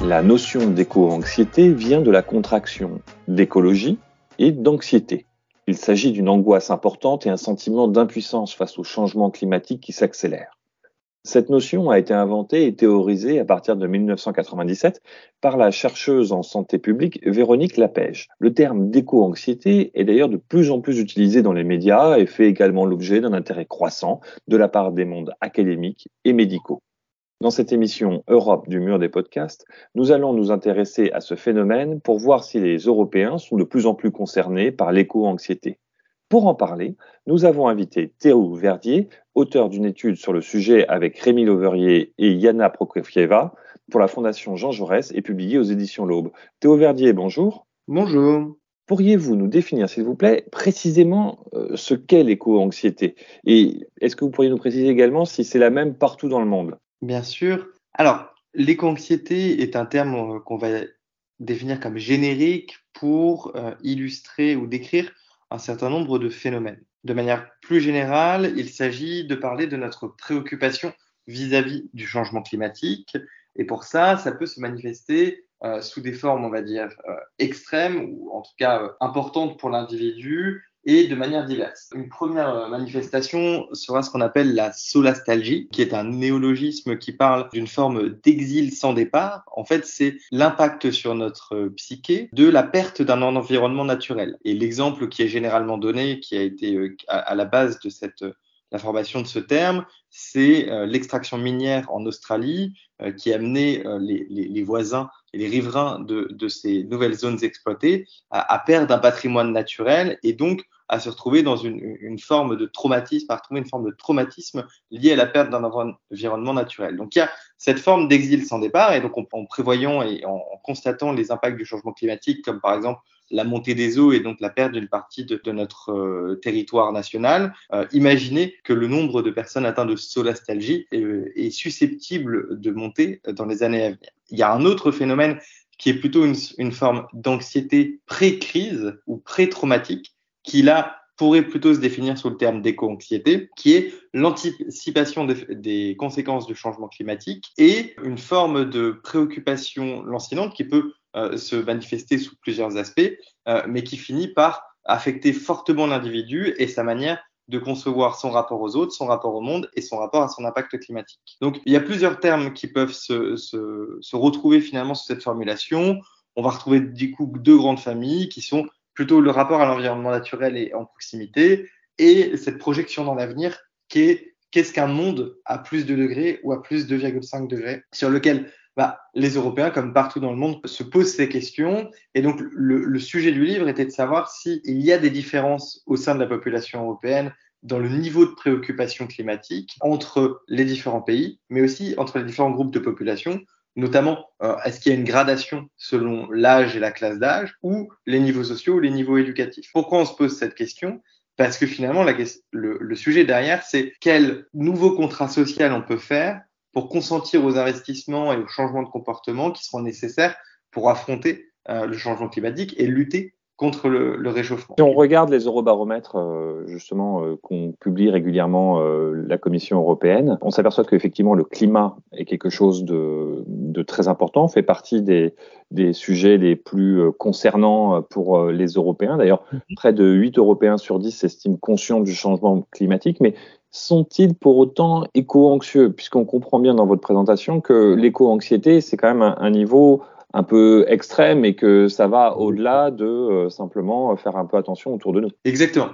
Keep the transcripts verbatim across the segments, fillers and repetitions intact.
La notion d'éco-anxiété vient de la contraction d'écologie et d'anxiété. Il s'agit d'une angoisse importante et un sentiment d'impuissance face au changement climatique qui s'accélère. Cette notion a été inventée et théorisée à partir de mille neuf cent quatre-vingt-dix-sept par la chercheuse en santé publique Véronique Lapège. Le terme d'éco-anxiété est d'ailleurs de plus en plus utilisé dans les médias et fait également l'objet d'un intérêt croissant de la part des mondes académiques et médicaux. Dans cette émission Europe du mur des podcasts, nous allons nous intéresser à ce phénomène pour voir si les Européens sont de plus en plus concernés par l'éco-anxiété. Pour en parler, nous avons invité Théo Verdier, auteur d'une étude sur le sujet avec Rémi Loverier et Yana Prokofieva pour la Fondation Jean Jaurès et publiée aux éditions L'Aube. Théo Verdier, bonjour. Bonjour. Pourriez-vous nous définir, s'il vous plaît, précisément euh, ce qu'est l'éco-anxiété? Et est-ce que vous pourriez nous préciser également si c'est la même partout dans le monde? Bien sûr. Alors, l'éco-anxiété est un terme euh, qu'on va définir comme générique pour euh, illustrer ou décrire un certain nombre de phénomènes. De manière plus générale, il s'agit de parler de notre préoccupation vis-à-vis du changement climatique. Et pour ça, ça peut se manifester euh, sous des formes, on va dire, euh, extrêmes ou en tout cas euh, importantes pour l'individu et de manière diverse. Une première manifestation sera ce qu'on appelle la solastalgie, qui est un néologisme qui parle d'une forme d'exil sans départ. En fait, c'est l'impact sur notre psyché de la perte d'un environnement naturel. Et l'exemple qui est généralement donné, qui a été à la base de cette la formation de ce terme, c'est euh, l'extraction minière en Australie euh, qui a amené euh, les, les, les voisins et les riverains de, de ces nouvelles zones exploitées à, à perdre un patrimoine naturel et donc à se retrouver dans une, une forme de traumatisme, à retrouver une forme de traumatisme liée à la perte d'un environnement naturel. Donc il y a cette forme d'exil sans départ et donc en, en prévoyant et en, en constatant les impacts du changement climatique, comme par exemple la montée des eaux et donc la perte d'une partie de, de notre euh, territoire national, euh, imaginez que le nombre de personnes atteintes de solastalgie est, est susceptible de monter dans les années à venir. Il y a un autre phénomène qui est plutôt une, une forme d'anxiété pré-crise ou pré-traumatique, qui là pourrait plutôt se définir sous le terme d'éco-anxiété, qui est l'anticipation des, des conséquences du changement climatique et une forme de préoccupation lancinante qui peut euh, se manifester sous plusieurs aspects, euh, mais qui finit par affecter fortement l'individu et sa manière de concevoir son rapport aux autres, son rapport au monde et son rapport à son impact climatique. Donc, il y a plusieurs termes qui peuvent se, se, se retrouver finalement sous cette formulation. On va retrouver du coup deux grandes familles qui sont plutôt le rapport à l'environnement naturel et en proximité, et cette projection dans l'avenir qui est qu'est-ce qu'un monde à plus de degrés ou à plus de deux virgule cinq degrés, sur lequel bah, les Européens, comme partout dans le monde, se posent ces questions. Et donc, le, le sujet du livre était de savoir s'il y a des différences au sein de la population européenne dans le niveau de préoccupation climatique entre les différents pays, mais aussi entre les différents groupes de population. Notamment, euh, est-ce qu'il y a une gradation selon l'âge et la classe d'âge ou les niveaux sociaux ou les niveaux éducatifs? Pourquoi on se pose cette question? Parce que finalement, la, le, le sujet derrière, c'est quel nouveau contrat social on peut faire pour consentir aux investissements et aux changements de comportement qui seront nécessaires pour affronter euh, le changement climatique et lutter contre le, le réchauffement. Si on regarde les eurobaromètres euh, justement euh, qu'on publie régulièrement euh, la Commission européenne, on s'aperçoit qu'effectivement le climat est quelque chose de, de très important, fait partie des, des sujets les plus euh, concernants pour euh, les Européens. D'ailleurs, mm-hmm. près de huit Européens sur dix s'estiment conscients du changement climatique, mais sont-ils pour autant éco-anxieux? Puisqu'on comprend bien dans votre présentation que l'éco-anxiété, c'est quand même un, un niveau un peu extrême et que ça va au-delà de euh, simplement faire un peu attention autour de nous. Exactement.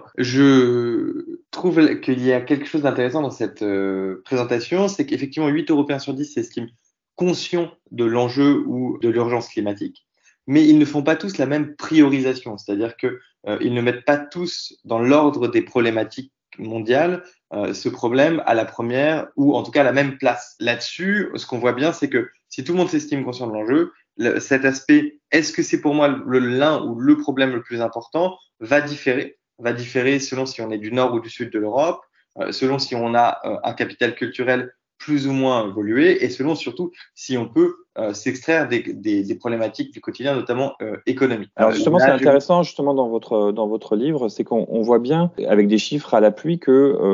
Je trouve qu'il y a quelque chose d'intéressant dans cette euh, présentation, c'est qu'effectivement huit Européens sur dix s'estiment conscients de l'enjeu ou de l'urgence climatique, mais ils ne font pas tous la même priorisation, c'est-à-dire que euh, ils ne mettent pas tous dans l'ordre des problématiques mondiales euh, ce problème à la première ou en tout cas à la même place. Là-dessus, ce qu'on voit bien, c'est que si tout le monde s'estime conscient de l'enjeu, le, cet aspect, est-ce que c'est pour moi le, l'un ou le problème le plus important, va différer, va différer selon si on est du nord ou du sud de l'Europe, euh, selon si on a euh, un capital culturel plus ou moins évolué et selon surtout si on peut euh, s'extraire des, des, des problématiques du quotidien, notamment euh, économiques. Alors justement, Là, c'est je... intéressant justement dans votre dans votre livre, c'est qu'on on voit bien avec des chiffres à l'appui que euh,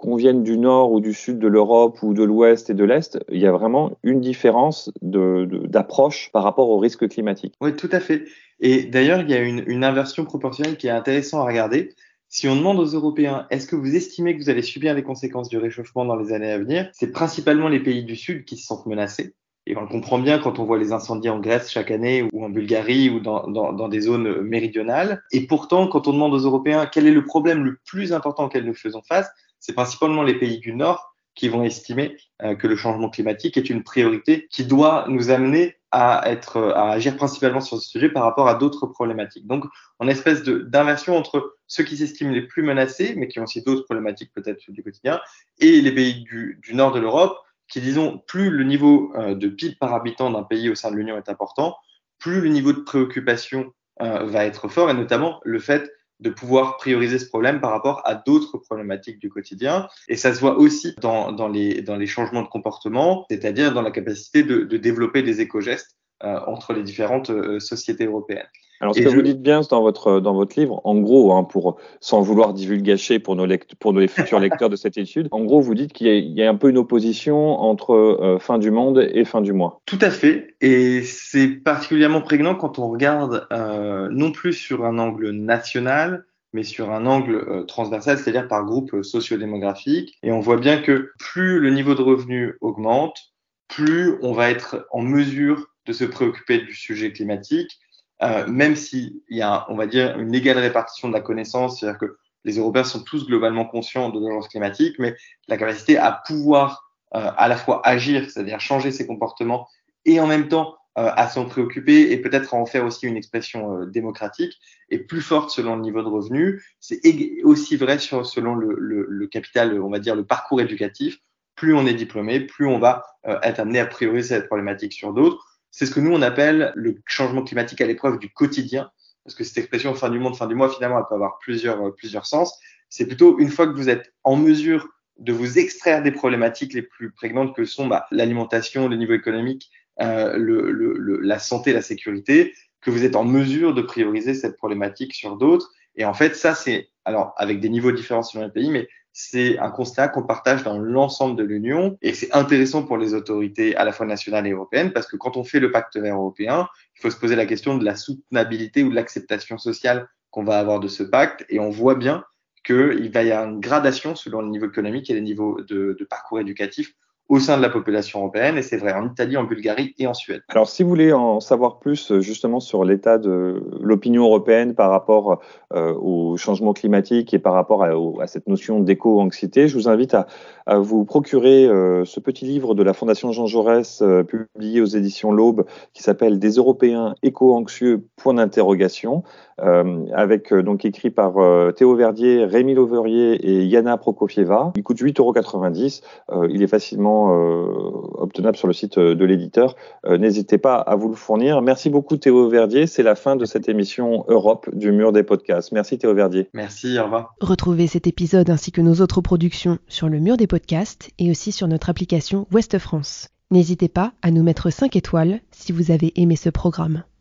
qu'on vienne du nord ou du sud de l'Europe ou de l'ouest et de l'est, il y a vraiment une différence de, de, d'approche par rapport au risque climatique. Oui, tout à fait. Et d'ailleurs, il y a une, une inversion proportionnelle qui est intéressante à regarder. Si on demande aux Européens, est-ce que vous estimez que vous allez subir les conséquences du réchauffement dans les années à venir? C'est principalement les pays du Sud qui se sentent menacés. Et on le comprend bien quand on voit les incendies en Grèce chaque année ou en Bulgarie ou dans, dans, dans des zones méridionales. Et pourtant, quand on demande aux Européens quel est le problème le plus important auquel nous faisons face, c'est principalement les pays du Nord qui vont estimer euh, que le changement climatique est une priorité qui doit nous amener à être, à agir principalement sur ce sujet par rapport à d'autres problématiques. Donc, en espèce de, d'inversion entre ceux qui s'estiment les plus menacés, mais qui ont aussi d'autres problématiques peut-être du quotidien, et les pays du, du nord de l'Europe, qui, disons, plus le niveau euh, de P I B par habitant d'un pays au sein de l'Union est important, plus le niveau de préoccupation euh, va être fort, et notamment le fait de pouvoir prioriser ce problème par rapport à d'autres problématiques du quotidien. Et ça se voit aussi dans, dans, les, dans les changements de comportement, c'est-à-dire dans la capacité de, de développer des éco-gestes euh, entre les différentes euh, sociétés européennes. Alors, ce Et que je... vous dites bien dans votre, dans votre livre, en gros, hein, pour, sans vouloir divulgacher pour nos, lect- pour nos futurs lecteurs de cette étude, en gros, vous dites qu'il y a, il y a un peu une opposition entre euh, fin du monde et fin du mois. Tout à fait. Et c'est particulièrement prégnant quand on regarde euh, non plus sur un angle national, mais sur un angle euh, transversal, c'est-à-dire par groupe sociodémographique. Et on voit bien que plus le niveau de revenu augmente, plus on va être en mesure de se préoccuper du sujet climatique, euh, même s'il y a, on va dire, une égale répartition de la connaissance, c'est-à-dire que les Européens sont tous globalement conscients de l'urgence climatique, mais la capacité à pouvoir euh, à la fois agir, c'est-à-dire changer ses comportements, et en même temps euh, à s'en préoccuper et peut-être à en faire aussi une expression euh, démocratique, est plus forte selon le niveau de revenu. C'est aussi vrai sur, selon le, le, le capital, on va dire, le parcours éducatif. Plus on est diplômé, plus on va euh, être amené à prioriser cette problématique sur d'autres. C'est ce que nous, on appelle le changement climatique à l'épreuve du quotidien, parce que cette expression fin du monde, fin du mois, finalement, elle peut avoir plusieurs, euh, plusieurs sens. C'est plutôt une fois que vous êtes en mesure de vous extraire des problématiques les plus prégnantes que sont bah, l'alimentation, le niveau économique, euh, le, le, le, la santé, la sécurité, que vous êtes en mesure de prioriser cette problématique sur d'autres. Et en fait, ça, c'est, alors, avec des niveaux différents selon les pays, mais c'est un constat qu'on partage dans l'ensemble de l'Union. Et c'est intéressant pour les autorités à la fois nationales et européennes, parce que quand on fait le pacte vert européen, il faut se poser la question de la soutenabilité ou de l'acceptation sociale qu'on va avoir de ce pacte. Et on voit bien qu'il va y avoir une gradation selon le niveau économique et les niveaux de, de parcours éducatif au sein de la population européenne, et c'est vrai en Italie, en Bulgarie et en Suède. Alors, si vous voulez en savoir plus justement sur l'état de l'opinion européenne par rapport euh, au changement climatique et par rapport à, à cette notion d'éco-anxiété, je vous invite à, à vous procurer euh, ce petit livre de la Fondation Jean Jaurès, euh, publié aux éditions L'Aube, qui s'appelle « Des Européens éco-anxieux ?» point d'interrogation, euh, avec euh, donc écrit par euh, Théo Verdier, Rémi Lauverier et Yana Prokofieva. Il coûte huit euros quatre-vingt-dix. Euh, il est facilement Euh, obtenable sur le site de l'éditeur. Euh, n'hésitez pas à vous le fournir. Merci beaucoup Théo Verdier. C'est la fin de cette émission Europe du Mur des podcasts. Merci Théo Verdier. Merci, au revoir. Retrouvez cet épisode ainsi que nos autres productions sur le Mur des podcasts et aussi sur notre application Ouest France. N'hésitez pas à nous mettre cinq étoiles si vous avez aimé ce programme.